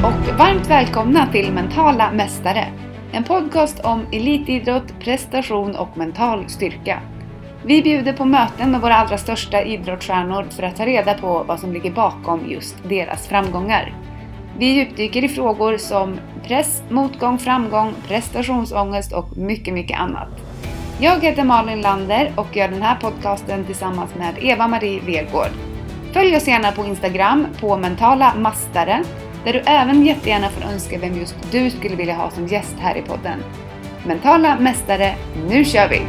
och varmt välkomna till Mentala Mästare. En podcast om elitidrott, prestation och mental styrka. Vi bjuder på möten med våra allra största idrottsstjärnor för att ta reda på vad som ligger bakom just deras framgångar. Vi djupdyker i frågor som press, motgång, framgång, prestationsångest och mycket annat. Jag heter Malin Lander och gör den här podcasten tillsammans med Eva-Marie Vergård. Följ oss gärna på Instagram på Mentala Mästare, där du även jättegärna får önska vem just du skulle vilja ha som gäst här i podden. Mentala Mästare, nu kör vi!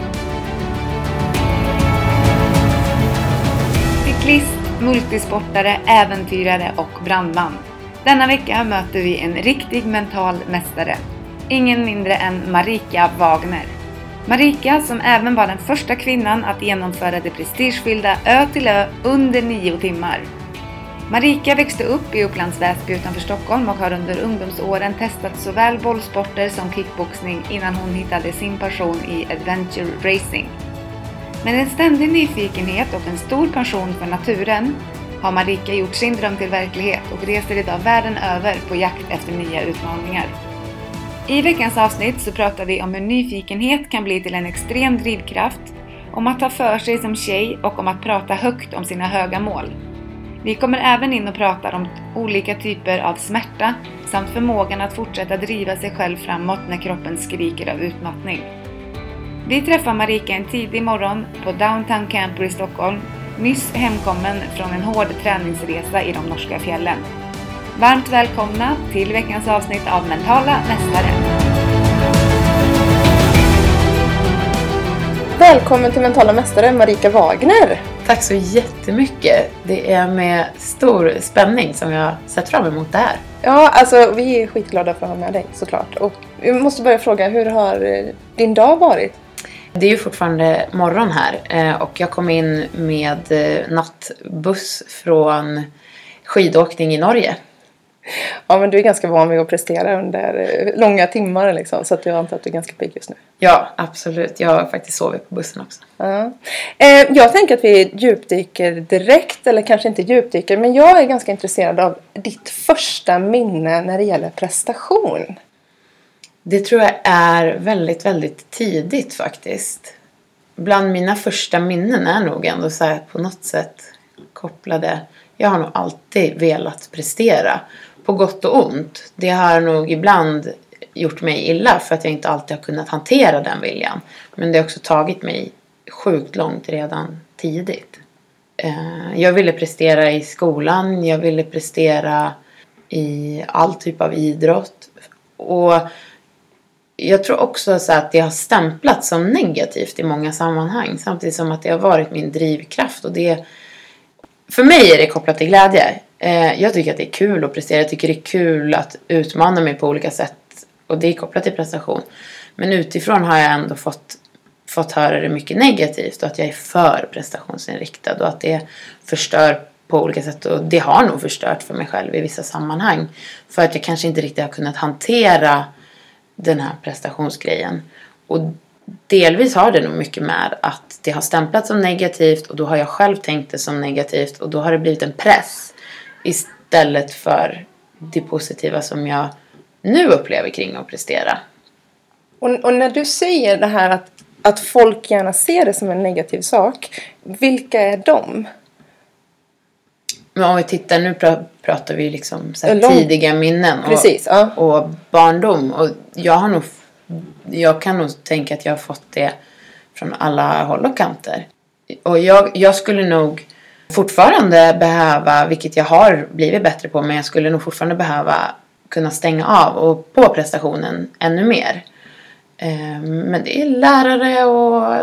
Cyklist, multisportare, äventyrare och brandman. Denna vecka möter vi en riktig mental mästare. Ingen mindre än Marika Wagner. Marika, som även var den första kvinnan att genomföra det prestigefyllda Ö till Ö under 9 timmar. Marika växte upp i Upplands Väsby utanför Stockholm och har under ungdomsåren testat såväl bollsporter som kickboxning innan hon hittade sin passion i adventure racing. Med en ständig nyfikenhet och en stor passion för naturen har Marika gjort sin dröm till verklighet och reser idag världen över på jakt efter nya utmaningar. I veckans avsnitt så pratar vi om hur nyfikenhet kan bli till en extrem drivkraft, om att ta för sig som tjej och om att prata högt om sina höga mål. Vi kommer även in och pratar om olika typer av smärta samt förmågan att fortsätta driva sig själv framåt när kroppen skriker av utmattning. Vi träffar Marika en tidig morgon på Downtown Camper i Stockholm, nyss hemkommen från en hård träningsresa i de norska fjällen. Varmt välkomna till veckans avsnitt av Mentala Mästare. Välkommen till Mentala Mästare, Marika Wagner. Tack så jättemycket. Det är med stor spänning som jag sett fram emot det här. Ja, alltså vi är skitglada för att ha med dig såklart. Och vi måste börja fråga, hur har din dag varit? Det är ju fortfarande morgon här och jag kom in med nattbuss från skidåkning i Norge. Ja, men du är ganska van vid att prestera under långa timmar liksom, så att jag antar att du är ganska pigg just nu. Ja, absolut. Jag har faktiskt sovit på bussen också. Ja. Jag tänker att vi djupdyker direkt, eller kanske inte djupdyker, men jag är ganska intresserad av ditt första minne när det gäller prestation. Det tror jag är väldigt tidigt faktiskt. Bland mina första minnen är nog ändå så här på något sätt kopplade. Jag har nog alltid velat prestera. På gott och ont. Det har nog ibland gjort mig illa för att jag inte alltid har kunnat hantera den viljan. Men det har också tagit mig sjukt långt redan tidigt. Jag ville prestera i skolan. Jag ville prestera i all typ av idrott. Och jag tror också så att det har stämplats som negativt i många sammanhang. Samtidigt som att det har varit min drivkraft. Och det, för mig är det kopplat till glädje. Jag tycker att det är kul att prestera. Jag tycker det är kul att utmana mig på olika sätt. Och det är kopplat till prestation. Men utifrån har jag ändå fått höra det mycket negativt. Och att jag är för prestationsinriktad. Och att det förstör på olika sätt. Och det har nog förstört för mig själv i vissa sammanhang. För att jag kanske inte riktigt har kunnat hantera den här prestationsgrejen. Och delvis har det nog mycket med att det har stämplats som negativt. Och då har jag själv tänkt det som negativt. Och då har det blivit en press. Istället för det positiva som jag nu upplever kring att prestera. Och när du säger det här att folk gärna ser det som en negativ sak. Vilka är de? Men om vi tittar, nu pratar vi liksom så här tidiga minnen Precis, ja. Och barndom. Och jag kan nog tänka att jag har fått det från alla håll och kanter. Och jag skulle nog fortfarande behöva, vilket jag har blivit bättre på, men jag skulle nog fortfarande behöva kunna stänga av och på prestationen ännu mer. Men det är lärare och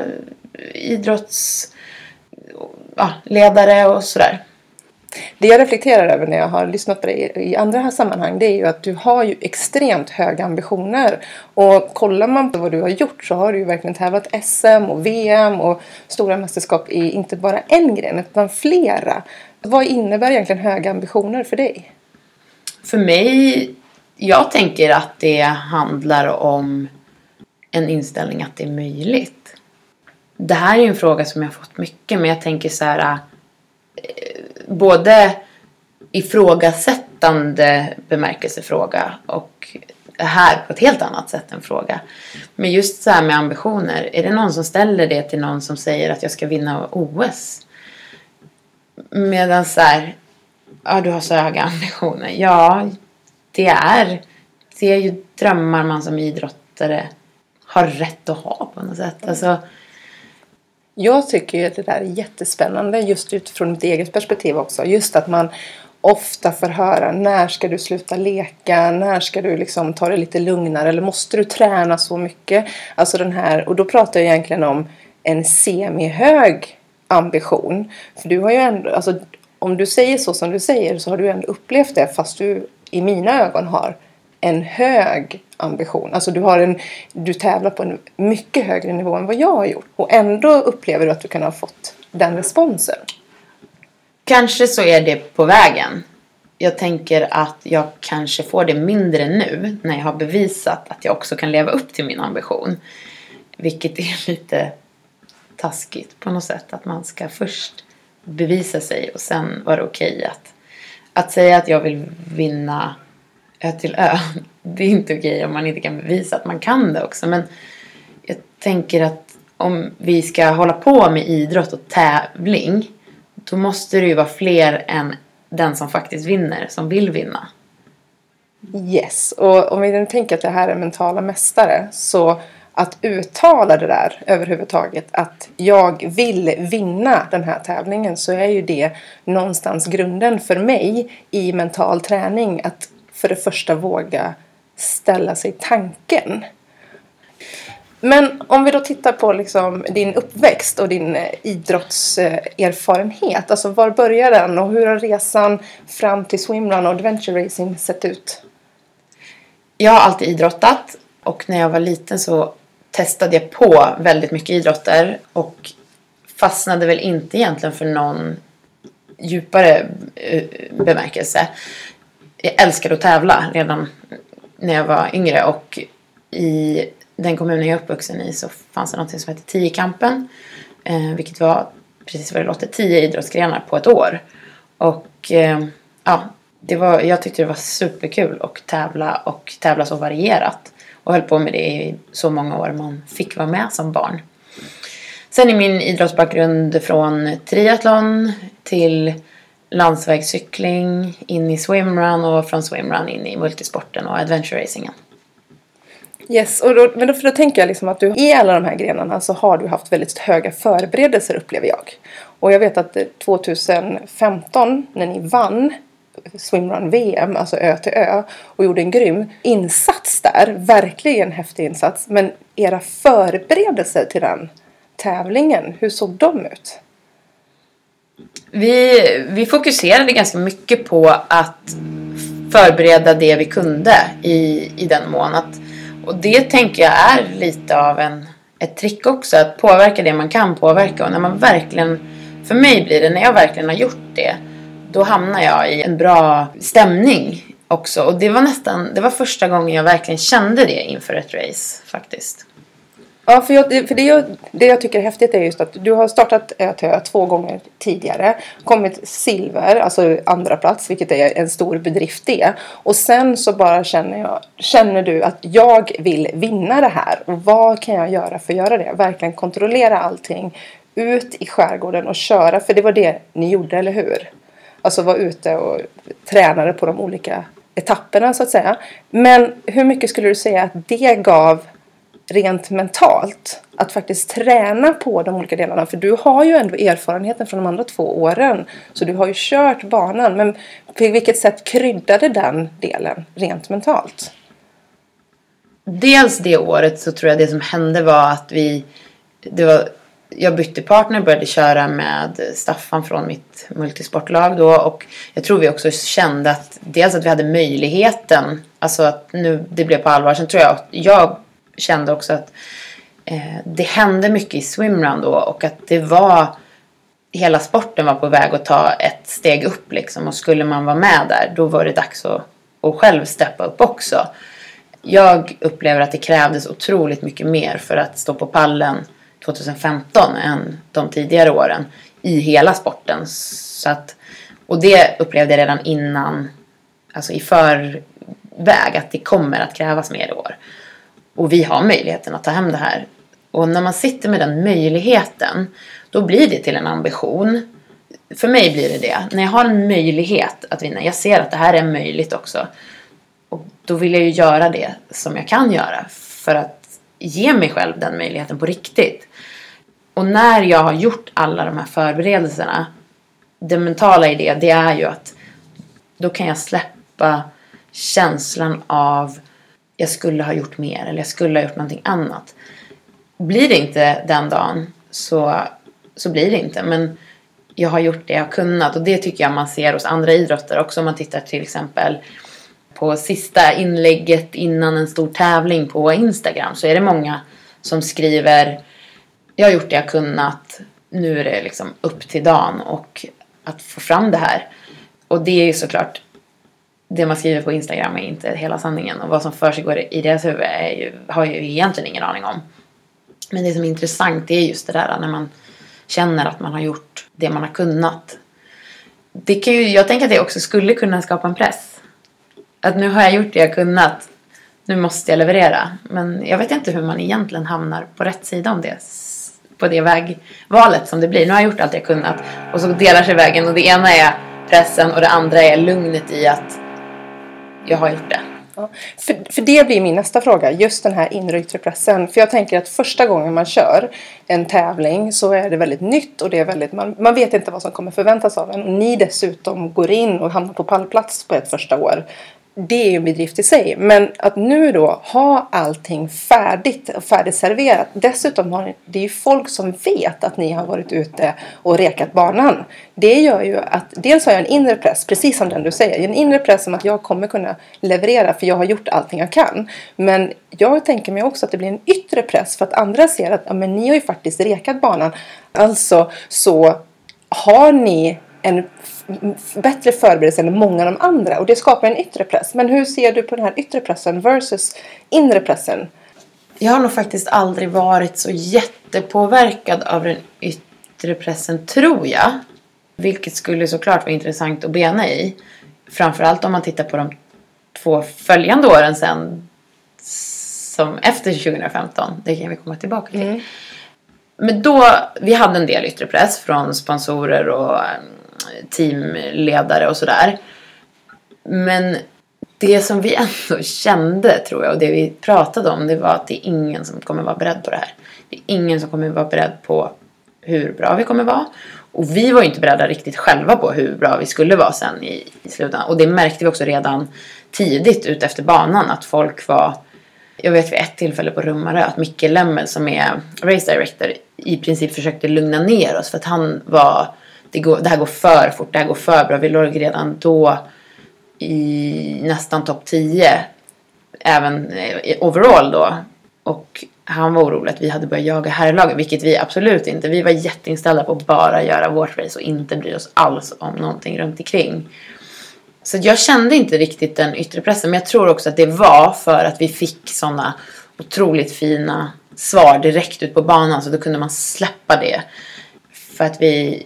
idrottsledare och sådär. Det jag reflekterar över när jag har lyssnat på dig i andra sammanhang, det är ju att du har ju extremt höga ambitioner. Och kollar man på vad du har gjort så har du ju verkligen tävlat SM och VM och stora mästerskap i inte bara en gren utan flera. Vad innebär egentligen höga ambitioner för dig? För mig, jag tänker att det handlar om en inställning att det är möjligt. Det här är ju en fråga som jag har fått mycket, men jag tänker så här, både ifrågasätta skämtande bemärkelsefråga och här på ett helt annat sätt en fråga. Men just så här med ambitioner, är det någon som ställer det till någon som säger att jag ska vinna OS? Medan så här, ja, du har så höga ambitioner. Ja, det är ju drömmar man som idrottare har rätt att ha på något sätt. Alltså, jag tycker ju att det där är jättespännande just utifrån mitt eget perspektiv också. Just att man ofta får höra, när ska du sluta leka? När ska du liksom ta det lite lugnare? Eller måste du träna så mycket? Alltså den här, och då pratar jag egentligen om en semihög ambition. För du har ju ändå, alltså om du säger så som du säger så har du ändå upplevt det fast du i mina ögon har en hög ambition. Alltså du tävlar på en mycket högre nivå än vad jag har gjort. Och ändå upplever du att du kan ha fått den responsen. kanske så är det på vägen. Jag tänker att jag kanske får det mindre nu när jag har bevisat att jag också kan leva upp till min ambition. Vilket är lite taskigt på något sätt. Att man ska först bevisa sig och sen vara okej att säga att jag vill vinna Ö till Ö. Det är inte okej om man inte kan bevisa att man kan det också. Men jag tänker att om vi ska hålla på med idrott och tävling, då måste det ju vara fler än den som faktiskt vinner, som vill vinna. Yes, och om vi nu tänker att det här är mentala mästare, så att uttala det där överhuvudtaget, att jag vill vinna den här tävlingen, så är ju det någonstans grunden för mig i mental träning, att för det första våga ställa sig tanken. Men om vi då tittar på liksom din uppväxt och din idrottserfarenhet, alltså var börjar den och hur har resan fram till swimrun och adventure racing sett ut? Jag har alltid idrottat, och när jag var liten så testade jag på väldigt mycket idrotter och fastnade väl inte egentligen för någon djupare bemärkelse. Jag älskade att tävla redan när jag var yngre, och i den kommunen jag är uppvuxen i så fanns det något som hette 10-kampen, vilket var precis vad det låter, 10 idrottsgrenar på ett år. Och ja, jag tyckte det var superkul att tävla så varierat, och höll på med det i så många år man fick vara med som barn. Sen är min idrottsbakgrund från triathlon till landsvägscykling, in i swimrun, och från swimrun in i multisporten och adventure racingen. Yes, men då tänker jag liksom att du i alla de här grenarna så har du haft väldigt höga förberedelser, upplever jag. Och jag vet att 2015 när ni vann swimrun VM, alltså Ö till Ö, och gjorde en grym insats där, verkligen häftig insats, men era förberedelser till den tävlingen, hur såg de ut? Vi fokuserade ganska mycket på att förbereda det vi kunde i den mån. Och det tänker jag är lite av ett trick också, att påverka det man kan påverka. Och när man verkligen, för mig blir det, när jag verkligen har gjort det, då hamnar jag i en bra stämning också. Och det var första gången jag verkligen kände det inför ett race faktiskt. Ja, för det jag tycker är häftigt är just att du har startat Ö till Ö 2 gånger tidigare. Kommit silver, alltså andra plats, vilket är en stor bedrift det. Och sen så bara känner du att jag vill vinna det här. Och vad kan jag göra för att göra det? Verkligen kontrollera allting. Ut i skärgården och köra, för det var det ni gjorde, eller hur? Alltså vara ute och tränade på de olika etapperna så att säga. Men hur mycket skulle du säga att det gav rent mentalt att faktiskt träna på de olika delarna? För du har ju ändå erfarenheten från de andra 2 åren, så du har ju kört banan, men på vilket sätt kryddade den delen rent mentalt? Dels det året så tror jag det som hände var att jag bytte partner, började köra med Staffan från mitt multisportlag då, och jag tror vi också kände att dels att vi hade möjligheten, alltså att nu det blev på allvar. Sen tror jag kände också att det hände mycket i swimrun då, och att hela sporten var på väg att ta ett steg upp liksom, och skulle man vara med där, då var det dags att själv steppa upp också. Jag upplever att det krävdes otroligt mycket mer för att stå på pallen 2015 än de tidigare åren i hela sporten. Och det upplevde jag redan innan alltså i förväg att det kommer att krävas mer i år. Och vi har möjligheten att ta hem det här. Och när man sitter med den möjligheten, då blir det till en ambition. För mig blir det. När jag har en möjlighet att vinna, jag ser att det här är möjligt också. Och då vill jag ju göra det som jag kan göra för att ge mig själv den möjligheten på riktigt. Och när jag har gjort alla de här förberedelserna, det mentala i det är ju att då kan jag släppa känslan av jag skulle ha gjort mer eller jag skulle ha gjort någonting annat. Blir det inte den dagen så blir det inte. Men jag har gjort det jag har kunnat, och det tycker jag man ser hos andra idrottare också. Om man tittar till exempel på sista inlägget innan en stor tävling på Instagram, så är det många som skriver jag har gjort det jag kunnat, nu är det liksom upp till dagen och att få fram det här. Och det är ju såklart, det man skriver på Instagram är inte hela sanningen, och vad som försiggår i deras huvud har jag ju egentligen ingen aning om. Men det som är intressant är just det där när man känner att man har gjort det man har kunnat. Det kan ju, jag tänker att det också skulle kunna skapa en press. Att nu har jag gjort det jag kunnat, nu måste jag leverera. Men jag vet inte hur man egentligen hamnar på rätt sida om det. På det vägvalet som det blir. Nu har jag gjort allt jag kunnat. Och så delar sig vägen. Och det ena är pressen och det andra är lugnet i att jag har gjort det. Ja, för det blir min nästa fråga. Just den här inre och yttre pressen. För jag tänker att första gången man kör en tävling så är det väldigt nytt. Och det är väldigt, man vet inte vad som kommer förväntas av en. Och ni dessutom går in och hamnar på pallplats på ett första år. Det är ju en bedrift i sig. Men att nu då ha allting färdigt och färdigserverat. Dessutom har det är ju folk som vet att ni har varit ute och rekat banan. Det gör ju att dels har jag en inre press, precis som den du säger. En inre press om att jag kommer kunna leverera för jag har gjort allting jag kan. Men jag tänker mig också att det blir en yttre press för att andra ser att ja, men ni har ju faktiskt rekat banan. Alltså så har ni en bättre förberedelse än många av de andra. Och det skapar en yttre press. Men hur ser du på den här yttre pressen versus inre pressen? Jag har nog faktiskt aldrig varit så jättepåverkad av den yttre pressen, tror jag. Vilket skulle såklart vara intressant att bena i. Framförallt om man tittar på de 2 följande åren sen. Som efter 2015. Det kan vi komma tillbaka till. Mm. Men då, vi hade en del yttre press från sponsorer och teamledare och sådär. Men det som vi ändå kände, tror jag, och det vi pratade om, det var att det är ingen som kommer vara beredd på det här. Det är ingen som kommer vara beredd på hur bra vi kommer vara. Och vi var ju inte beredda riktigt själva på hur bra vi skulle vara sen i slutändan. Och det märkte vi också redan tidigt ut efter banan, att folk var... Jag vet vid ett tillfälle på Rummarö att Micke Lemmel, som är race director, i princip försökte lugna ner oss. För att han var... Det här går för fort, det här går för bra. Vi låg redan då i nästan topp 10. Även overall då. Och han var orolig att vi hade börjat jaga herrlaget. Vilket vi absolut inte. Vi var jätteinställda på att bara göra vårt race och inte bry oss alls om någonting runt omkring. Så jag kände inte riktigt den yttre pressen. Men jag tror också att det var för att vi fick sådana otroligt fina svar direkt ut på banan. Så då kunde man släppa det. För att vi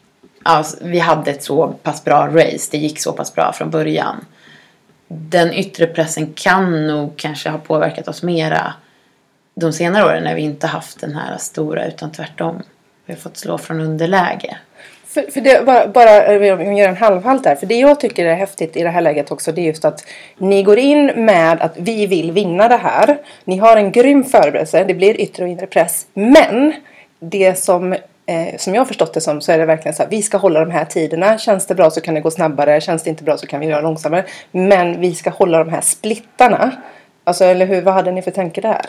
hade ett så pass bra race. Det gick så pass bra från början. Den yttre pressen kan nog kanske ha påverkat oss mera de senare åren när vi inte haft den här stora, utan tvärtom. Vi har fått slå från underläge. För det, bara jag gör en halvhalt där. För det jag tycker är häftigt i det här läget också, det är just att ni går in med att vi vill vinna det här. Ni har en grym förberedelse. Det blir yttre och inre press. Men det som jag har förstått det som, så är det verkligen så här: vi ska hålla de här tiderna. Känns det bra så kan det gå snabbare. Känns det inte bra så kan vi göra långsammare. Men vi ska hålla de här splittarna. Alltså, eller hur? Vad hade ni för tanke där?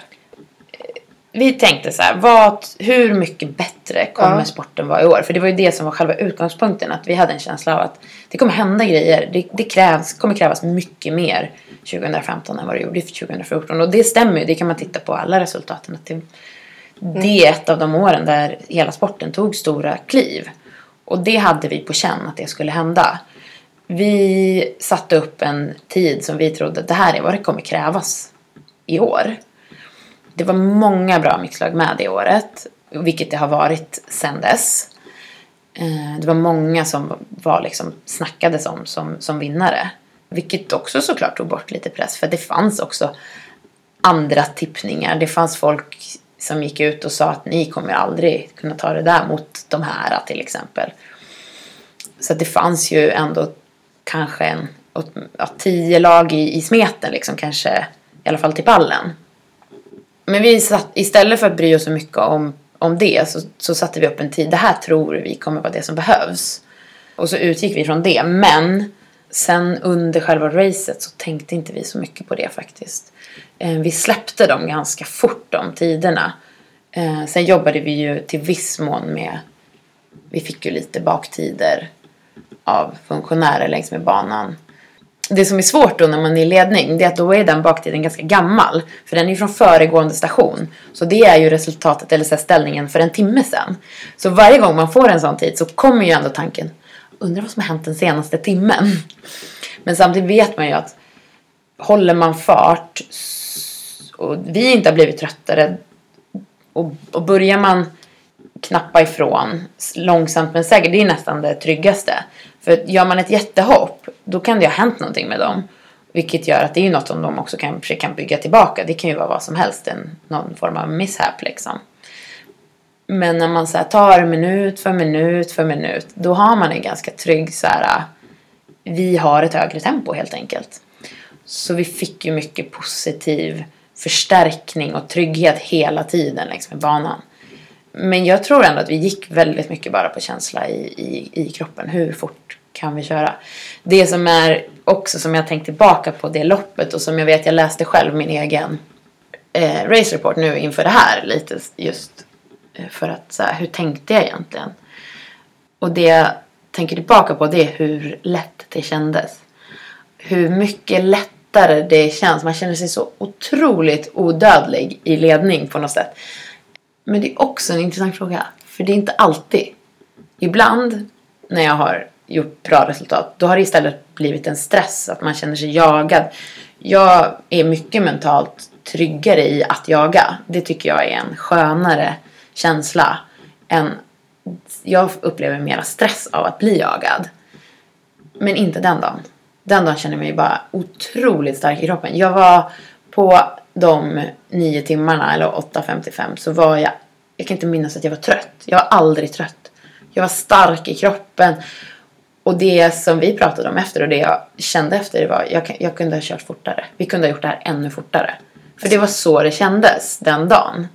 Vi tänkte så här, hur mycket bättre kommer sporten vara i år? För det var ju det som var själva utgångspunkten. Att vi hade en känsla av att det kommer hända grejer. Det kommer krävas mycket mer 2015 än vad det gjorde 2014. Och det stämmer ju. Det kan man titta på alla resultaten. Att det är ett av de åren där hela sporten tog stora kliv. Och det hade vi på känn att det skulle hända. Vi satte upp en tid som vi trodde att det här är vad det kommer krävas i år. Det var många bra mixlag med det året, vilket det har varit sedan dess. Det var många som var liksom snackades om som vinnare. Vilket också såklart tog bort lite press. För det fanns också andra tippningar. Det fanns folk som gick ut och sa att ni kommer aldrig kunna ta det där mot de här till exempel. Så det fanns ju ändå kanske 10 lag i smeten liksom, kanske i alla fall till pallen. Men vi satt, istället för att bry oss så mycket om det så satte vi upp en tid. Det här tror vi kommer vara det som behövs. Och så utgick vi från det. Men sen under själva racet så tänkte inte vi så mycket på det faktiskt. Vi släppte dem ganska fort, de tiderna. Sen jobbade vi ju till viss mån med... Vi fick ju lite baktider av funktionärer längs med banan. Det som är svårt då när man är i ledning, det är att då är den baktiden ganska gammal. För den är ju från föregående station. Så det är ju resultatet, eller så ställningen för en timme sedan. Så varje gång man får en sån tid så kommer ju ändå tanken, undrar vad som har hänt den senaste timmen. Men samtidigt vet man ju att håller man fart och vi inte har blivit tröttare och börjar man knappa ifrån långsamt men säkert, det är nästan det tryggaste. För gör man ett jättehopp, då kan det ha hänt någonting med dem. Vilket gör att det är ju något som de också kan bygga tillbaka. Det kan ju vara vad som helst, någon form av mishap liksom. Men när man så här tar minut för minut, då har man en ganska trygg så här, vi har ett högre tempo helt enkelt. Så vi fick ju mycket positiv förstärkning och trygghet hela tiden längs med banan. Men jag tror ändå att vi gick väldigt mycket bara på känsla i kroppen. Hur fort kan vi köra? Det som är också som jag tänkt tillbaka på det loppet och som jag vet jag läste själv min egen race report nu inför det här lite just för att så här, hur tänkte jag egentligen? Och det jag tänker tillbaka på det är hur lätt det kändes. Hur mycket lättare det känns. Man känner sig så otroligt odödlig i ledning på något sätt. Men det är också en intressant fråga. För det är inte alltid. Ibland när jag har gjort bra resultat, då har det istället blivit en stress. Att man känner sig jagad. Jag är mycket mentalt tryggare i att jaga. Det tycker jag är en skönare känsla än... Jag upplever mera stress av att bli jagad. Men inte den dagen. Den dagen känner jag mig bara otroligt stark i kroppen. Jag var på de 9 timmarna eller 8:55 så var jag kan inte minnas att jag var trött. Jag var aldrig trött. Jag var stark i kroppen. Och det som vi pratade om efter och det jag kände efter det var jag kunde ha kört fortare. Vi kunde ha gjort det här ännu fortare. För det var så det kändes den dagen.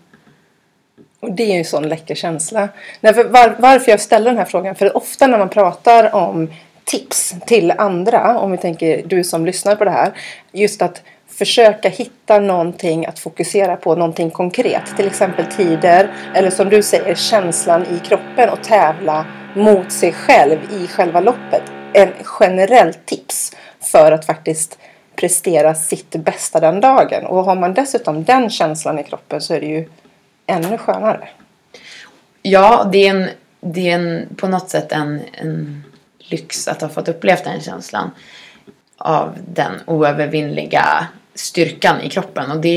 Och det är ju en sån läcker känsla. Varför jag ställer den här frågan? För ofta när man pratar om tips till andra, om vi tänker du som lyssnar på det här, just att försöka hitta någonting att fokusera på, någonting konkret. Till exempel tider, eller som du säger, känslan i kroppen och tävla mot sig själv i själva loppet. En generell tips för att faktiskt prestera sitt bästa den dagen. Och har man dessutom den känslan i kroppen så är det ju ännu skönare. Ja, det är på något sätt en lyx att ha fått uppleva den känslan av den oövervinnliga styrkan i kroppen. Och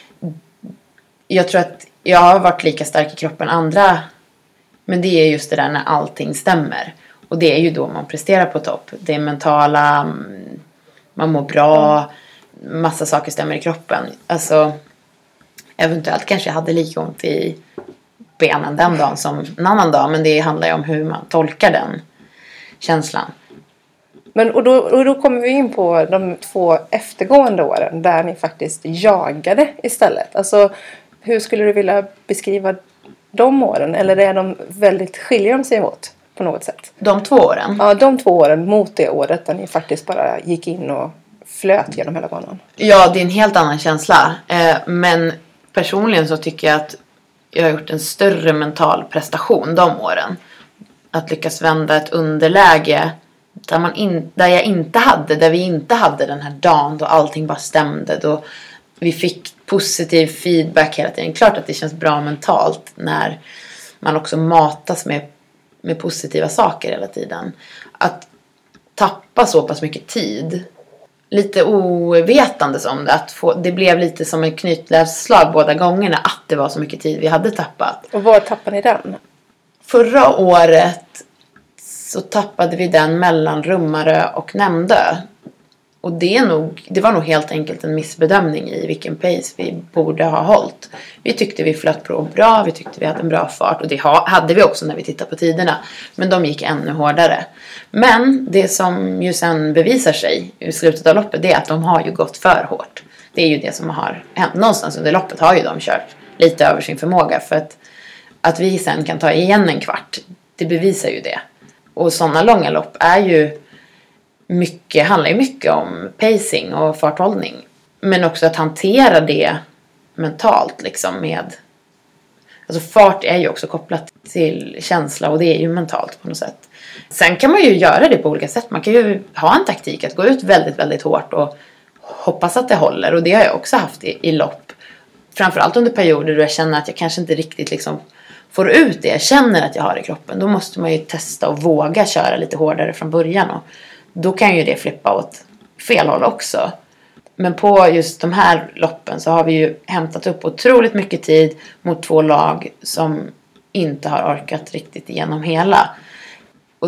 jag tror att jag har varit lika stark i kroppen andra, men det är just det där när allting stämmer. Och det är ju då man presterar på topp. Det är mentala, man mår bra, massa saker stämmer i kroppen. Alltså, eventuellt kanske jag hade lika ont i benen den dagen som en annan dag, men det handlar ju om hur man tolkar den känslan. Men och då kommer vi in på de 2 eftergående åren där ni faktiskt jagade istället. Alltså, hur skulle du vilja beskriva de åren? Eller är de väldigt, skiljer de sig emot på något sätt? De 2 åren? Ja, de 2 åren mot det året där ni faktiskt bara gick in och flöt genom hela banan. Ja, det är en helt annan känsla. Men personligen så tycker jag att jag har gjort en större mental prestation de åren. Att lyckas vända ett underläge där vi inte hade den här dagen då allting bara stämde, då vi fick positiv feedback hela tiden. Klart att det känns bra mentalt när man också matas med positiva saker hela tiden. Att tappa så pass mycket tid, lite ovetandes om det, det blev lite som en knytnävsslag båda gångerna att det var så mycket tid vi hade tappat. Och var tappade ni den? Förra året så tappade vi den mellan Rummarö och Nämndö. Och det var nog helt enkelt en missbedömning i vilken pace vi borde ha hållit. Vi tyckte vi flöt på bra, vi tyckte vi hade en bra fart. Och det hade vi också när vi tittade på tiderna. Men de gick ännu hårdare. Men det som ju sen bevisar sig i slutet av loppet, det är att de har ju gått för hårt. Det är ju det som har hänt. Någonstans under loppet har ju de kört lite över sin förmåga. För att vi sen kan ta igen en kvart, det bevisar ju det. Och sådana långa lopp handlar ju mycket om pacing och farthållning. Men också att hantera det mentalt liksom med... Alltså fart är ju också kopplat till känsla och det är ju mentalt på något sätt. Sen kan man ju göra det på olika sätt. Man kan ju ha en taktik att gå ut väldigt, väldigt hårt och hoppas att det håller. Och det har jag också haft i lopp. Framförallt under perioder då jag känner att jag kanske inte riktigt liksom får ut det jag känner att jag har i kroppen. Då måste man ju testa och våga köra lite hårdare från början. Och då kan ju det flippa åt fel håll också. Men på just de här loppen så har vi ju hämtat upp otroligt mycket tid mot 2 lag som inte har orkat riktigt igenom hela. Och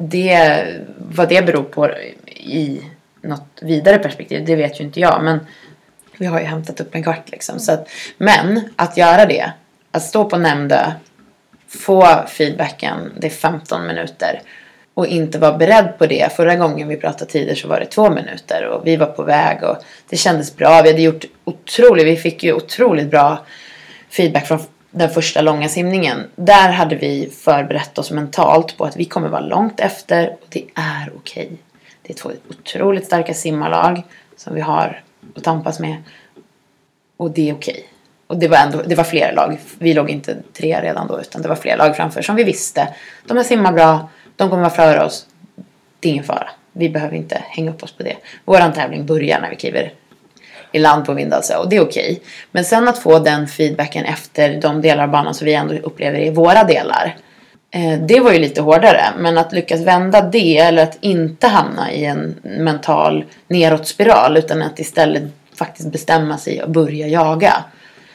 vad det beror på i något vidare perspektiv, det vet ju inte jag. Men vi har ju hämtat upp en kvart liksom. Men att göra det, att stå på Nämndö, få feedbacken, det är 15 minuter. Och inte vara beredd på det. Förra gången vi pratade tider så var det 2 minuter. Och vi var på väg och det kändes bra. Vi fick ju otroligt bra feedback från den första långa simningen. Där hade vi förberett oss mentalt på att vi kommer vara långt efter. Och det är okej. Det är 2 otroligt starka simmarlag som vi har att tampas med. Och det är okej. Och det var flera lag. Vi låg inte 3 redan då, utan det var flera lag framför som vi visste. De har simmat bra. De kommer vara före oss. Det är ingen fara. Vi behöver inte hänga upp oss på det. Våran tävling börjar när vi kliver i land på Vindalsö. Och det är okej. Men sen att få den feedbacken efter de delar av banan som vi ändå upplever i våra delar. Det var ju lite hårdare. Men att lyckas vända det. Eller att inte hamna i en mental neråtspiral. Utan att istället faktiskt bestämma sig och börja jaga.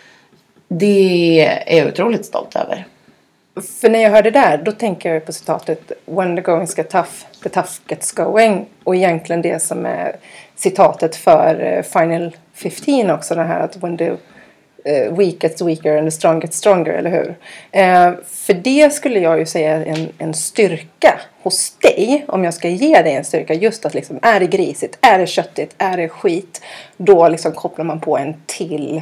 Det är jag otroligt stolt över. För när jag hör det där, då tänker jag på citatet When the going gets tough, the tough gets going. Och egentligen det som är citatet för Final 15 också. Det här att when the weak gets weaker and the strong gets stronger, eller hur? För det skulle jag ju säga är en styrka hos dig. Om jag ska ge dig en styrka, just att liksom, är det grisigt, är det köttigt, är det skit. Då liksom kopplar man på en till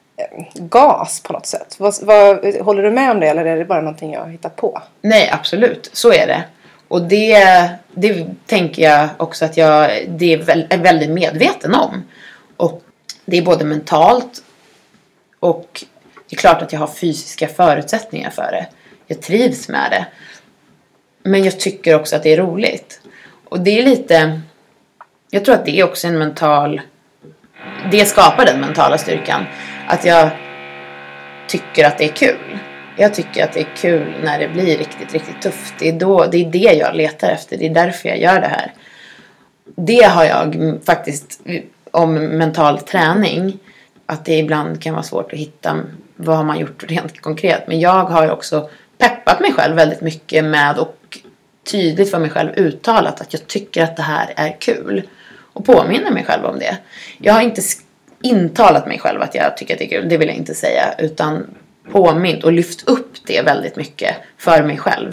gas på något sätt. Håller du med om det, eller är det bara någonting jag har hittat på? Nej, absolut. Så är det. Och det tänker jag också att jag är väldigt medveten om. Och det är både mentalt och det är klart att jag har fysiska förutsättningar för det. Jag trivs med det. Men jag tycker också att det är roligt. Och det är lite... Jag tror att det är också en mental... Det skapar den mentala styrkan. Att jag tycker att det är kul. Jag tycker att det är kul när det blir riktigt, riktigt tufft. Det är det jag letar efter. Det är därför jag gör det här. Det har jag faktiskt om mental träning. Att det ibland kan vara svårt att hitta vad har man gjort rent konkret. Men jag har också peppat mig själv väldigt mycket med och tydligt för mig själv uttalat att jag tycker att det här är kul. Och påminner mig själv om det. Jag har inte intalat mig själv att jag tycker att det är kul. Det vill jag inte säga. Utan påmint och lyft upp det väldigt mycket för mig själv.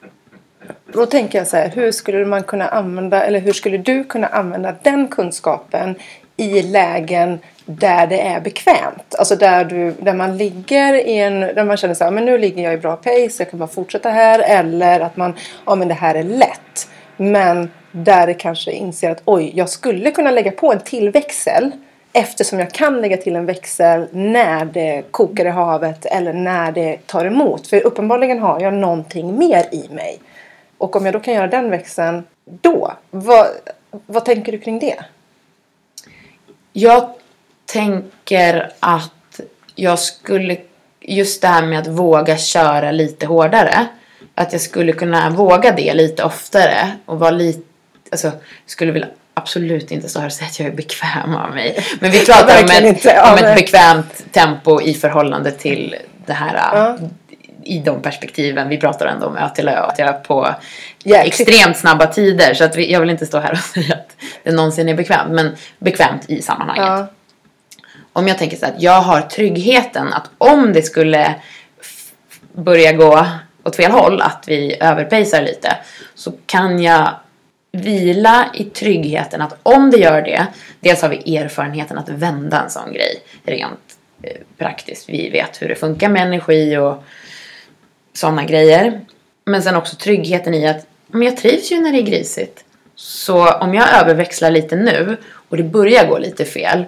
Då tänker jag så här, hur skulle du kunna använda den kunskapen i lägen där det är bekvämt? Alltså där man ligger där man känner så här, men nu ligger jag i bra pace, jag kan bara fortsätta här. Eller att men det här är lätt. Men där det kanske inser att jag skulle kunna lägga på en till växel. Eftersom jag kan lägga till en växel när det kokar i havet eller när det tar emot. För uppenbarligen har jag någonting mer i mig. Och om jag då kan göra den växeln då, vad tänker du kring det? Jag tänker att jag skulle, just det här med att våga köra lite hårdare. Att jag skulle kunna våga det lite oftare och vara lite, alltså skulle vilja absolut inte stå här och säga att jag är bekväm av mig. Men vi pratar om ett bekvämt tempo i förhållande till det här i de perspektiven. Vi pratar ändå om ö till ö på extremt snabba tider. Så att jag vill inte stå här och säga att det någonsin är bekvämt. Men bekvämt i sammanhanget. Ja. Om jag tänker så att jag har tryggheten att om det skulle börja gå åt fel håll, att vi överpacear lite, så kan jag vila i tryggheten att om det gör det, dels har vi erfarenheten att vända en sån grej rent praktiskt. Vi vet hur det funkar med energi och sådana grejer. Men sen också tryggheten i att men jag trivs ju när det är grisigt. Så om jag överväxlar lite nu och det börjar gå lite fel,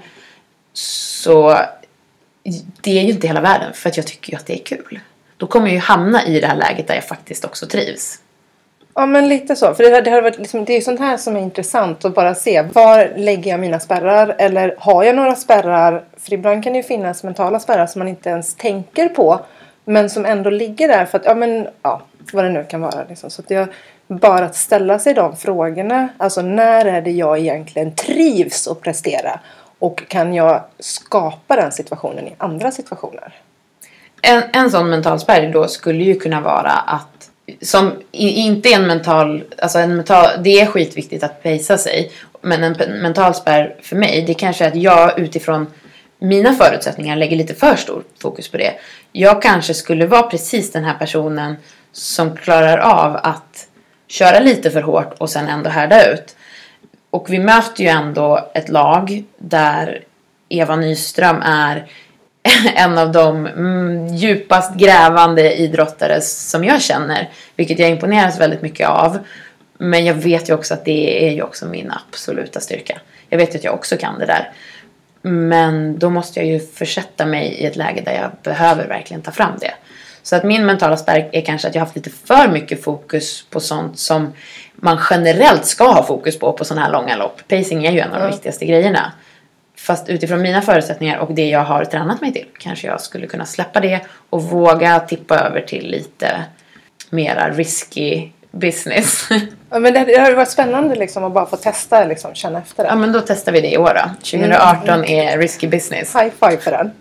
så det är ju inte hela världen, för att jag tycker ju att det är kul. Då kommer jag ju hamna i det här läget där jag faktiskt också trivs. Ja, men lite så. För det har varit liksom, det är sånt här som är intressant att bara se. Var lägger jag mina spärrar? Eller har jag några spärrar? För ibland kan det ju finnas mentala spärrar som man inte ens tänker på. Men som ändå ligger där för att, vad det nu kan vara. Liksom. Så att jag bara att ställa sig de frågorna. Alltså när är det jag egentligen trivs att prestera? Och kan jag skapa den situationen i andra situationer? En sån mental spärr då skulle ju kunna vara att, som inte en mental, det är skitviktigt att pacea sig, men en mental spärr för mig, det kanske är att jag utifrån mina förutsättningar lägger lite för stor fokus på det. Jag kanske skulle vara precis den här personen som klarar av att köra lite för hårt och sen ändå härda ut. Och vi möter ju ändå ett lag där Eva Nyström är en av de djupast grävande idrottare som jag känner. Vilket jag imponeras väldigt mycket av. Men jag vet ju också att det är ju också min absoluta styrka. Jag vet att jag också kan det där. Men då måste jag ju försätta mig i ett läge där jag behöver verkligen ta fram det. Så att min mentala spärr är kanske att jag har haft lite för mycket fokus på sånt som man generellt ska ha fokus på sådana här långa lopp. Pacing är ju en av de viktigaste grejerna. Fast utifrån mina förutsättningar och det jag har tränat mig till, kanske jag skulle kunna släppa det och våga tippa över till lite mera risky business. Ja, men det har varit spännande liksom att bara få testa, liksom, känna efter det. Ja, men då testar vi det i år då. 2018 är risky business. High five för den.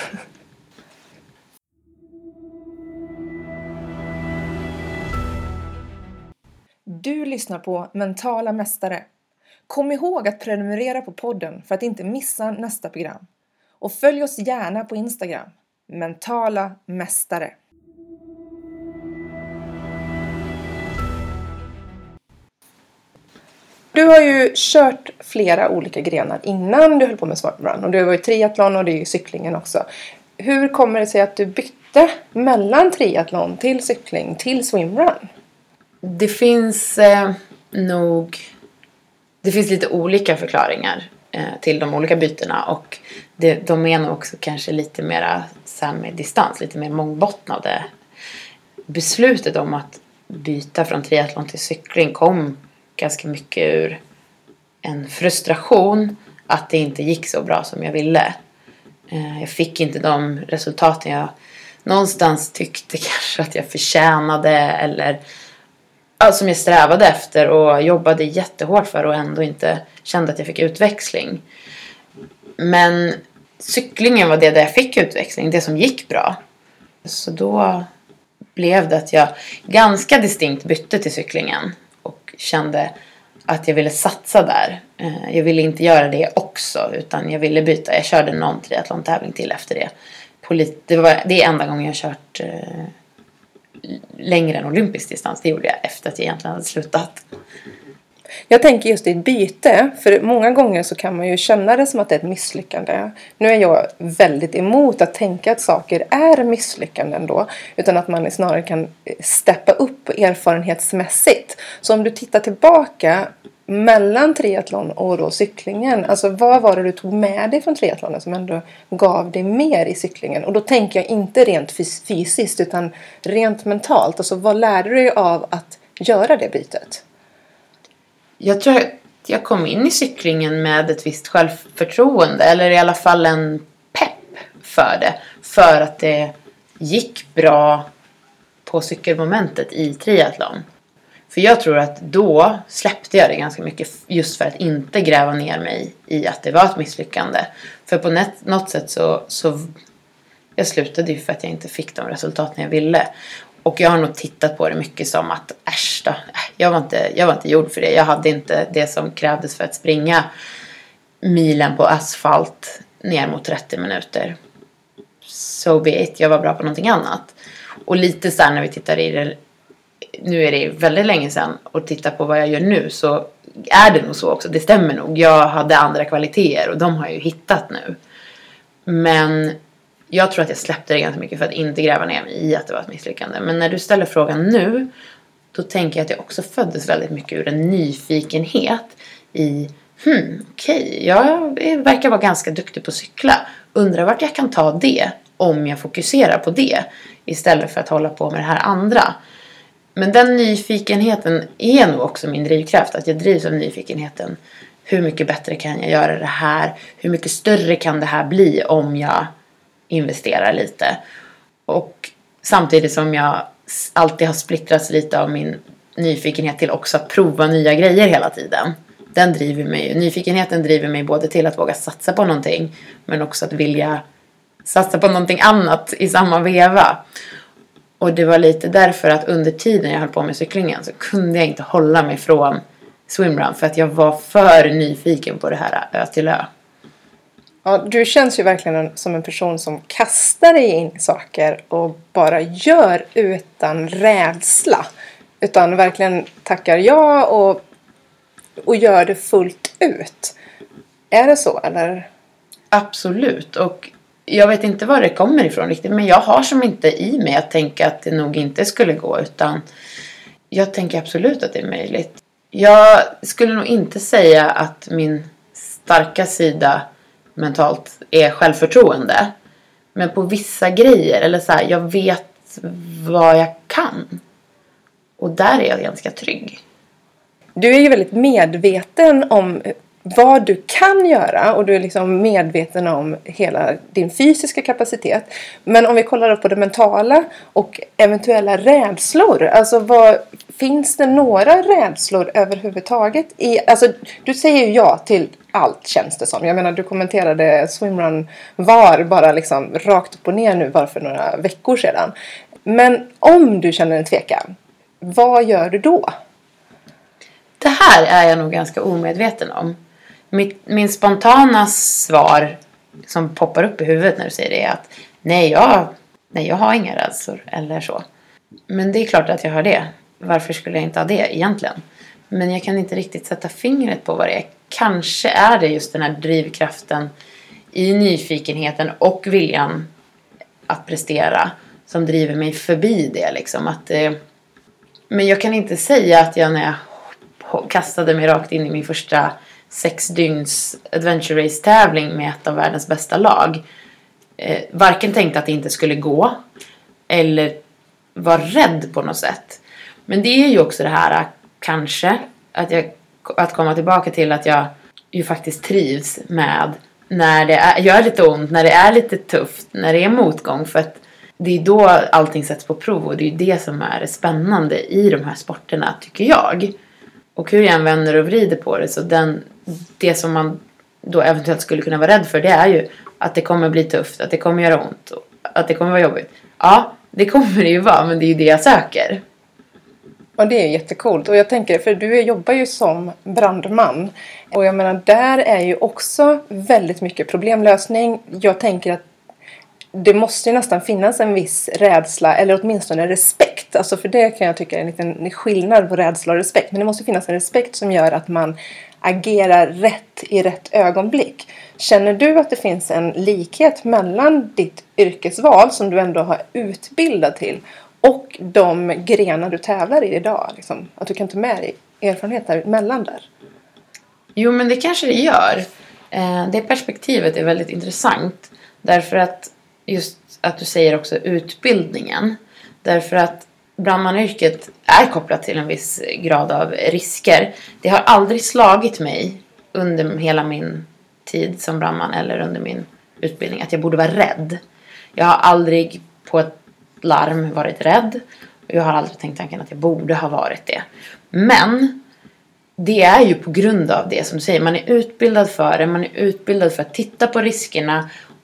Du lyssnar på Mentala Mästare. Kom ihåg att prenumerera på podden för att inte missa nästa program. Och följ oss gärna på Instagram. Mentala Mästare. Du har ju kört flera olika grenar innan du höll på med swimrun. Och du har varit triathlon och det är ju cyklingen också. Hur kommer det sig att du bytte mellan triathlon till cykling till swimrun? Det finns det finns lite olika förklaringar till de olika bytena. Och de är nog också kanske lite mer med distans, lite mer mångbottnade. Beslutet om att byta från triathlon till cykling kom ganska mycket ur en frustration att det inte gick så bra som jag ville. Jag fick inte de resultaten jag någonstans tyckte kanske att jag förtjänade eller som jag strävade efter och jobbade jättehårt för och ändå inte kände att jag fick utväxling. Men cyklingen var det där jag fick utväxling, det som gick bra. Så då blev det att jag ganska distinkt bytte till cyklingen och kände att jag ville satsa där. Jag ville inte göra det också utan jag ville byta. Jag körde någon triathlon-tävling till efter det. Det är enda gången jag kört längre än olympisk distans. Det gjorde jag efter att jag egentligen hade slutat. Jag tänker just i ett byte. För många gånger så kan man ju känna det som att det är ett misslyckande. Nu är jag väldigt emot att tänka att saker är misslyckanden då. Utan att man snarare kan steppa upp erfarenhetsmässigt. Så om du tittar tillbaka mellan triathlon och då cyklingen. Alltså vad var det du tog med dig från triathlonen som ändå gav dig mer i cyklingen? Och då tänker jag inte rent fysiskt utan rent mentalt. Alltså vad lärde du dig av att göra det bytet? Jag tror att jag kom in i cyklingen med ett visst självförtroende. Eller i alla fall en pepp för det. För att det gick bra på cykelmomentet i triathlon. För jag tror att då släppte jag det ganska mycket just för att inte gräva ner mig i att det var ett misslyckande. För på något sätt så jag slutade ju för att jag inte fick de resultaten jag ville. Och jag har nog tittat på det mycket som att äsch då, jag var inte gjord för det. Jag hade inte det som krävdes för att springa milen på asfalt ner mot 30 minuter. So be it, jag var bra på någonting annat. Och lite så här när vi tittar i det, nu är det väldigt länge sedan, och tittar på vad jag gör nu, så är det nog så också. Det stämmer nog. Jag hade andra kvaliteter och de har jag ju hittat nu. Men jag tror att jag släppte det ganska mycket för att inte gräva ner mig i att det var ett misslyckande. Men när du ställer frågan nu, då tänker jag att jag också föddes väldigt mycket ur en nyfikenhet i okej, jag verkar vara ganska duktig på att cykla. Undrar vart jag kan ta det om jag fokuserar på det istället för att hålla på med det här andra. Men den nyfikenheten är nog också min drivkraft. Att jag drivs av nyfikenheten. Hur mycket bättre kan jag göra det här? Hur mycket större kan det här bli om jag investerar lite? Och samtidigt som jag alltid har splittrats lite av min nyfikenhet till också att prova nya grejer hela tiden. Den driver mig. Nyfikenheten driver mig både till att våga satsa på någonting, men också att vilja satsa på någonting annat i samma veva. Och det var lite därför att under tiden jag höll på med cyklingen så kunde jag inte hålla mig från swimrun, för att jag var för nyfiken på det här ö till ö. Ja, du känns ju verkligen som en person som kastar dig in i saker och bara gör utan rädsla. Utan verkligen tackar ja och gör det fullt ut. Är det så, eller? Absolut. Och jag vet inte var det kommer ifrån riktigt. Men jag har som inte i mig att tänka att det nog inte skulle gå. Utan jag tänker absolut att det är möjligt. Jag skulle nog inte säga att min starka sida mentalt är självförtroende. Men på vissa grejer, eller så här, jag vet vad jag kan. Och där är jag ganska trygg. Du är ju väldigt medveten om vad du kan göra, och du är liksom medveten om hela din fysiska kapacitet. Men om vi kollar upp på det mentala och eventuella rädslor. Alltså finns det några rädslor överhuvudtaget? Alltså du säger ju ja till allt, känns det som. Jag menar, du kommenterade swimrun var bara liksom rakt upp och ner nu bara för några veckor sedan. Men om du känner en tvekan, vad gör du då? Det här är jag nog ganska omedveten om. Min spontana svar som poppar upp i huvudet när du säger det är att nej, jag har inga rädslor eller så. Men det är klart att jag har det. Varför skulle jag inte ha det egentligen? Men jag kan inte riktigt sätta fingret på vad det är. Kanske är det just den här drivkraften i nyfikenheten och viljan att prestera som driver mig förbi det. Liksom. Men jag kan inte säga att jag när jag kastade mig rakt in i min första 6 dygns adventure race tävling med ett av världens bästa lag, varken tänkte att det inte skulle gå eller var rädd på något sätt. Men det är ju också det här kanske att komma tillbaka till att jag ju faktiskt trivs med när det gör lite ont, när det är lite tufft, när det är motgång, för att det är då allting sätts på prov, och det är det som är spännande i de här sporterna, tycker jag. Och hur jag än vänder och vrider på det, så det som man då eventuellt skulle kunna vara rädd för, det är ju att det kommer bli tufft, att det kommer göra ont, att det kommer vara jobbigt. Ja, det kommer det ju vara, men det är ju det jag söker. Och det är jättekult. Och jag tänker, för du jobbar ju som brandman. Och jag menar, där är ju också väldigt mycket problemlösning. Jag tänker att det måste ju nästan finnas en viss rädsla, eller åtminstone respekt. Alltså för det kan jag tycka är en liten skillnad på rädsla och respekt. Men det måste finnas en respekt som gör att man agerar rätt i rätt ögonblick. Känner du att det finns en likhet mellan ditt yrkesval som du ändå har utbildat till och de grenar du tävlar i idag? Liksom? Att du kan ta med dig erfarenheter mellan där? Jo, men det kanske det gör. Det perspektivet är väldigt intressant. Därför att just att du säger också utbildningen. Därför att brandmanyrket är kopplat till en viss grad av risker. Det har aldrig slagit mig under hela min tid som brandman eller under min utbildning att jag borde vara rädd. Jag har aldrig på ett larm varit rädd. Och jag har aldrig tänkt tanken att jag borde ha varit det. Men det är ju på grund av det som du säger. Man är utbildad för det. Man är utbildad för att titta på riskerna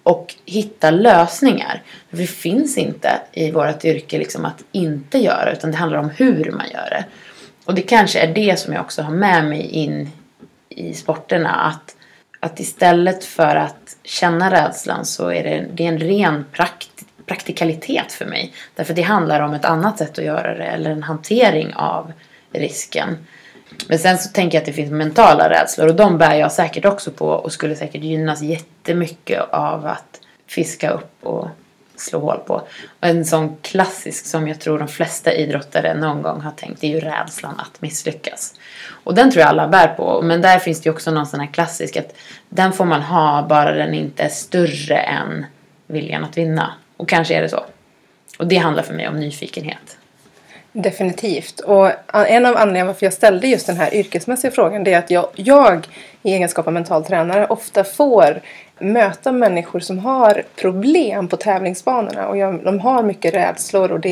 och hitta lösningar. För det finns inte i vårt yrke liksom att inte göra, utan det handlar om hur man gör det. Och det kanske är det som jag också har med mig in i sporterna, att istället för att känna rädslan så är det en ren praktikalitet för mig. Därför det handlar om ett annat sätt att göra det, eller en hantering av risken. Men sen så tänker jag att det finns mentala rädslor, och de bär jag säkert också på och skulle säkert gynnas jättemycket av att fiska upp och slå hål på. Och en sån klassisk som jag tror de flesta idrottare någon gång har tänkt, det är ju rädslan att misslyckas. Och den tror jag alla bär på, men där finns det ju också någon sån här klassisk att den får man ha bara den inte är större än viljan att vinna. Och kanske är det så. Och det handlar för mig om nyfikenhet. Definitivt. Och en av anledningarna varför jag ställde just den här yrkesmässiga frågan, det är att jag i egenskap av mental tränare ofta får möta människor som har problem på tävlingsbanorna. Och de har mycket rädslor och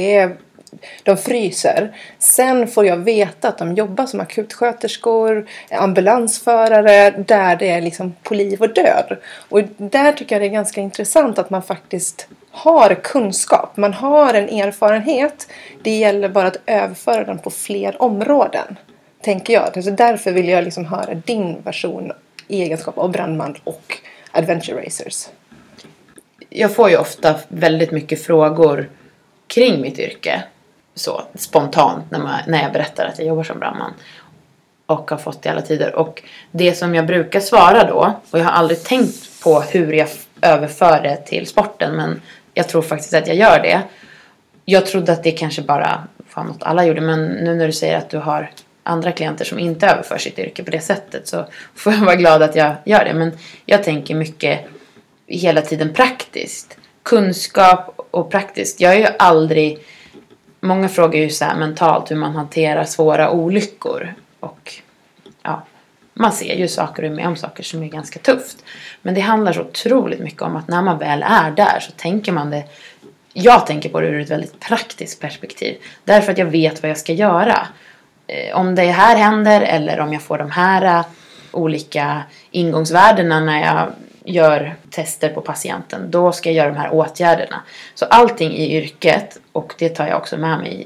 de fryser. Sen får jag veta att de jobbar som akutsköterskor, ambulansförare, där det är liksom på liv och död. Och där tycker jag det är ganska intressant att man faktiskt har kunskap. Man har en erfarenhet. Det gäller bara att överföra den på fler områden, tänker jag. Alltså därför vill jag liksom höra din version i egenskap av brandman och adventure racers. Jag får ju ofta väldigt mycket frågor kring mitt yrke. Så spontant när jag berättar att jag jobbar som brandman. Och har fått det i alla tider. Och det som jag brukar svara då, och jag har aldrig tänkt på hur jag överför det till sporten, men jag tror faktiskt att jag gör det. Jag trodde att det kanske bara var något alla gjorde, men nu när du säger att du har andra klienter som inte överför sitt yrke på det sättet, så får jag vara glad att jag gör det. Men jag tänker mycket hela tiden praktiskt. Kunskap och praktiskt. Jag är ju aldrig... Många frågar ju så här mentalt hur man hanterar svåra olyckor. Och ja, man ser ju saker och är med om saker som är ganska tufft. Men det handlar så otroligt mycket om att när man väl är där så tänker man det. Jag tänker på det ur ett väldigt praktiskt perspektiv. Därför att jag vet vad jag ska göra. Om det här händer eller om jag får de här olika ingångsvärdena när jag gör tester på patienten, då ska jag göra de här åtgärderna. Så allting i yrket, och det tar jag också med mig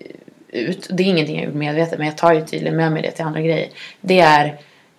ut. Det är ingenting jag gjort medvetet, men jag tar ju tydligen med mig det till andra grejer. Det är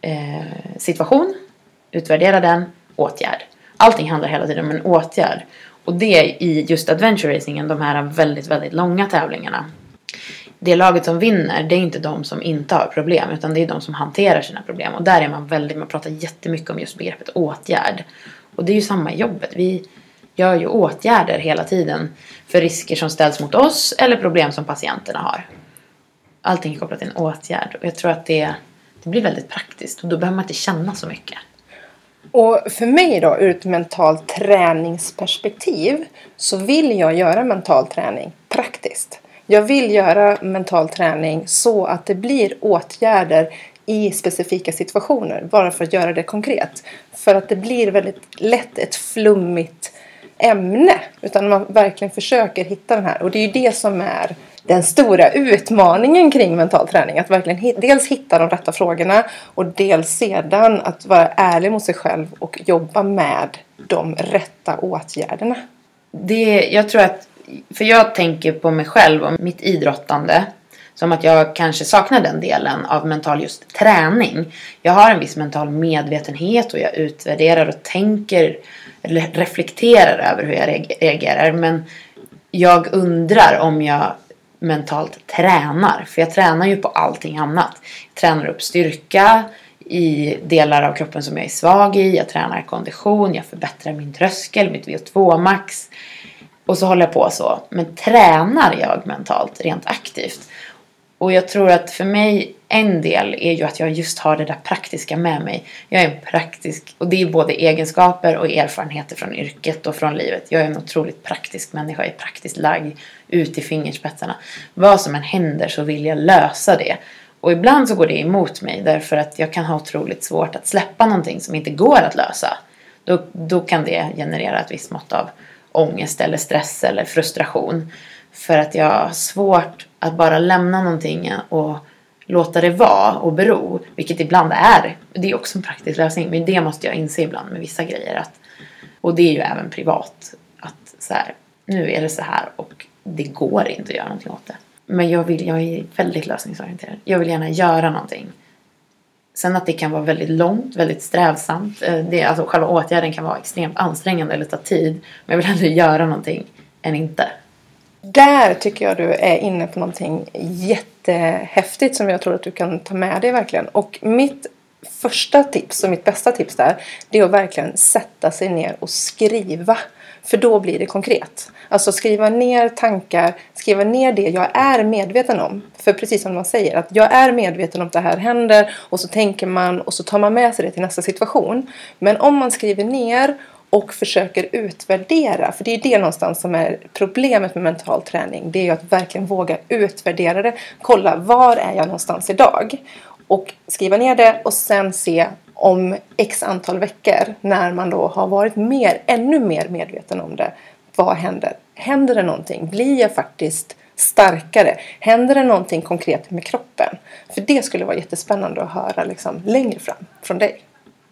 situation, utvärdera den, åtgärd. Allting handlar hela tiden om en åtgärd. Och det är i just adventure racingen, de här väldigt, väldigt långa tävlingarna. Det laget som vinner, det är inte de som inte har problem, utan det är de som hanterar sina problem. Och där är man pratar jättemycket om just begreppet åtgärd. Och det är ju samma i jobbet. Vi gör ju åtgärder hela tiden för risker som ställs mot oss eller problem som patienterna har. Allting är kopplat till en åtgärd. Och jag tror att det blir väldigt praktiskt. Och då behöver man inte känna så mycket. Och för mig då, ur ett mentalt träningsperspektiv, så vill jag göra mental träning praktiskt. Jag vill göra mental träning så att det blir åtgärder i specifika situationer. Bara för att göra det konkret. För att det blir väldigt lätt ett flummigt ämne. Utan man verkligen försöker hitta den här. Och det är ju det som är den stora utmaningen kring mental träning. Att verkligen dels hitta de rätta frågorna. Och dels sedan att vara ärlig mot sig själv och jobba med de rätta åtgärderna. Jag tror att, för jag tänker på mig själv och mitt idrottande som att jag kanske saknar den delen av mental just träning. Jag har en viss mental medvetenhet och jag utvärderar och tänker eller reflekterar över hur jag reagerar. Men jag undrar om jag mentalt tränar. För jag tränar ju på allting annat. Jag tränar upp styrka i delar av kroppen som jag är svag i. Jag tränar kondition, jag förbättrar min tröskel, mitt VO2 max. Och så håller jag på så. Men tränar jag mentalt rent aktivt? Och jag tror att för mig en del är ju att jag just har det där praktiska med mig. Jag är en praktisk, och det är både egenskaper och erfarenheter från yrket och från livet. Jag är en otroligt praktisk människa, jag är praktiskt lagd ut i fingerspetsarna. Vad som än händer så vill jag lösa det. Och ibland så går det emot mig därför att jag kan ha otroligt svårt att släppa någonting som inte går att lösa. Då kan det generera ett visst mått av ångest eller stress eller frustration. För att jag har svårt att bara lämna någonting och låta det vara och bero. Vilket ibland är. Det är också en praktisk lösning. Men det måste jag inse ibland med vissa grejer. Att Och det är ju även privat. Att så här, nu är det så här och det går inte att göra någonting åt det. Men jag är väldigt lösningsorienterad. Jag vill gärna göra någonting. Sen att det kan vara väldigt långt, väldigt strävsamt. Alltså själva åtgärden kan vara extremt ansträngande eller ta tid. Men jag vill hellre göra någonting än inte. Där tycker jag du är inne på någonting jättehäftigt som jag tror att du kan ta med dig verkligen. Och mitt första tips och mitt bästa tips där, det är att verkligen sätta sig ner och skriva. För då blir det konkret. Alltså skriva ner tankar, skriva ner det jag är medveten om. För precis som man säger, att jag är medveten om att det här händer och så tänker man och så tar man med sig det till nästa situation. Men om man skriver ner och försöker utvärdera, för det är det någonstans som är problemet med mental träning. Det är ju att verkligen våga utvärdera det. Kolla, var är jag någonstans idag? Och skriva ner det och sen se om x antal veckor när man då har varit ännu mer medveten om det. Vad händer? Händer det någonting? Blir jag faktiskt starkare? Händer det någonting konkret med kroppen? För det skulle vara jättespännande att höra liksom längre fram från dig.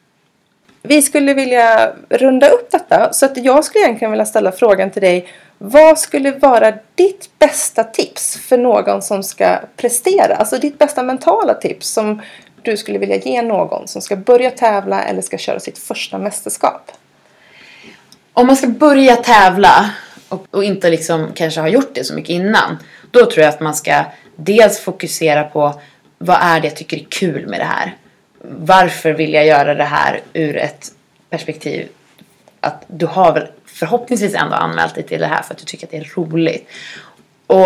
Vi skulle vilja runda upp detta, så att jag skulle egentligen vilja ställa frågan till dig. Vad skulle vara ditt bästa tips för någon som ska prestera? Alltså ditt bästa mentala tips som du skulle vilja ge någon som ska börja tävla eller ska köra sitt första mästerskap? Om man ska börja tävla och inte liksom kanske ha gjort det så mycket innan, då tror jag att man ska dels fokusera på vad är det jag tycker är kul med det här. Varför vill jag göra det här ur ett perspektiv att du har väl förhoppningsvis ändå anmält dig till det här för att du tycker att det är roligt. Och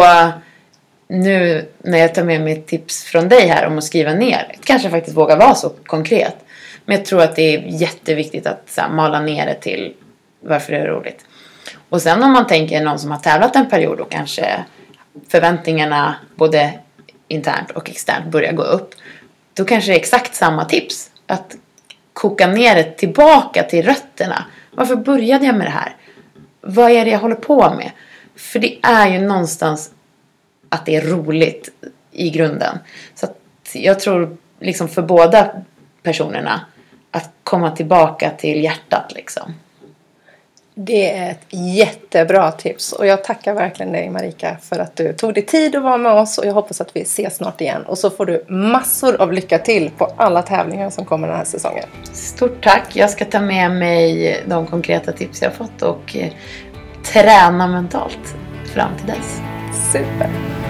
nu när jag tar med mig tips från dig här om att skriva ner, kanske faktiskt våga vara så konkret. Men jag tror att det är jätteviktigt att så här, mala ner det till varför det är roligt. Och sen om man tänker någon som har tävlat en period och kanske förväntningarna både internt och externt börjar gå upp, då kanske det är exakt samma tips. Att koka ner det tillbaka till rötterna. Varför började jag med det här? Vad är det jag håller på med? För det är ju någonstans att det är roligt i grunden. Så att jag tror liksom för båda personerna att komma tillbaka till hjärtat liksom. Det är ett jättebra tips och jag tackar verkligen dig Marika för att du tog dig tid att vara med oss och jag hoppas att vi ses snart igen och så får du massor av lycka till på alla tävlingar som kommer den här säsongen. Stort tack, jag ska ta med mig de konkreta tips jag fått och träna mentalt fram till dess. Super!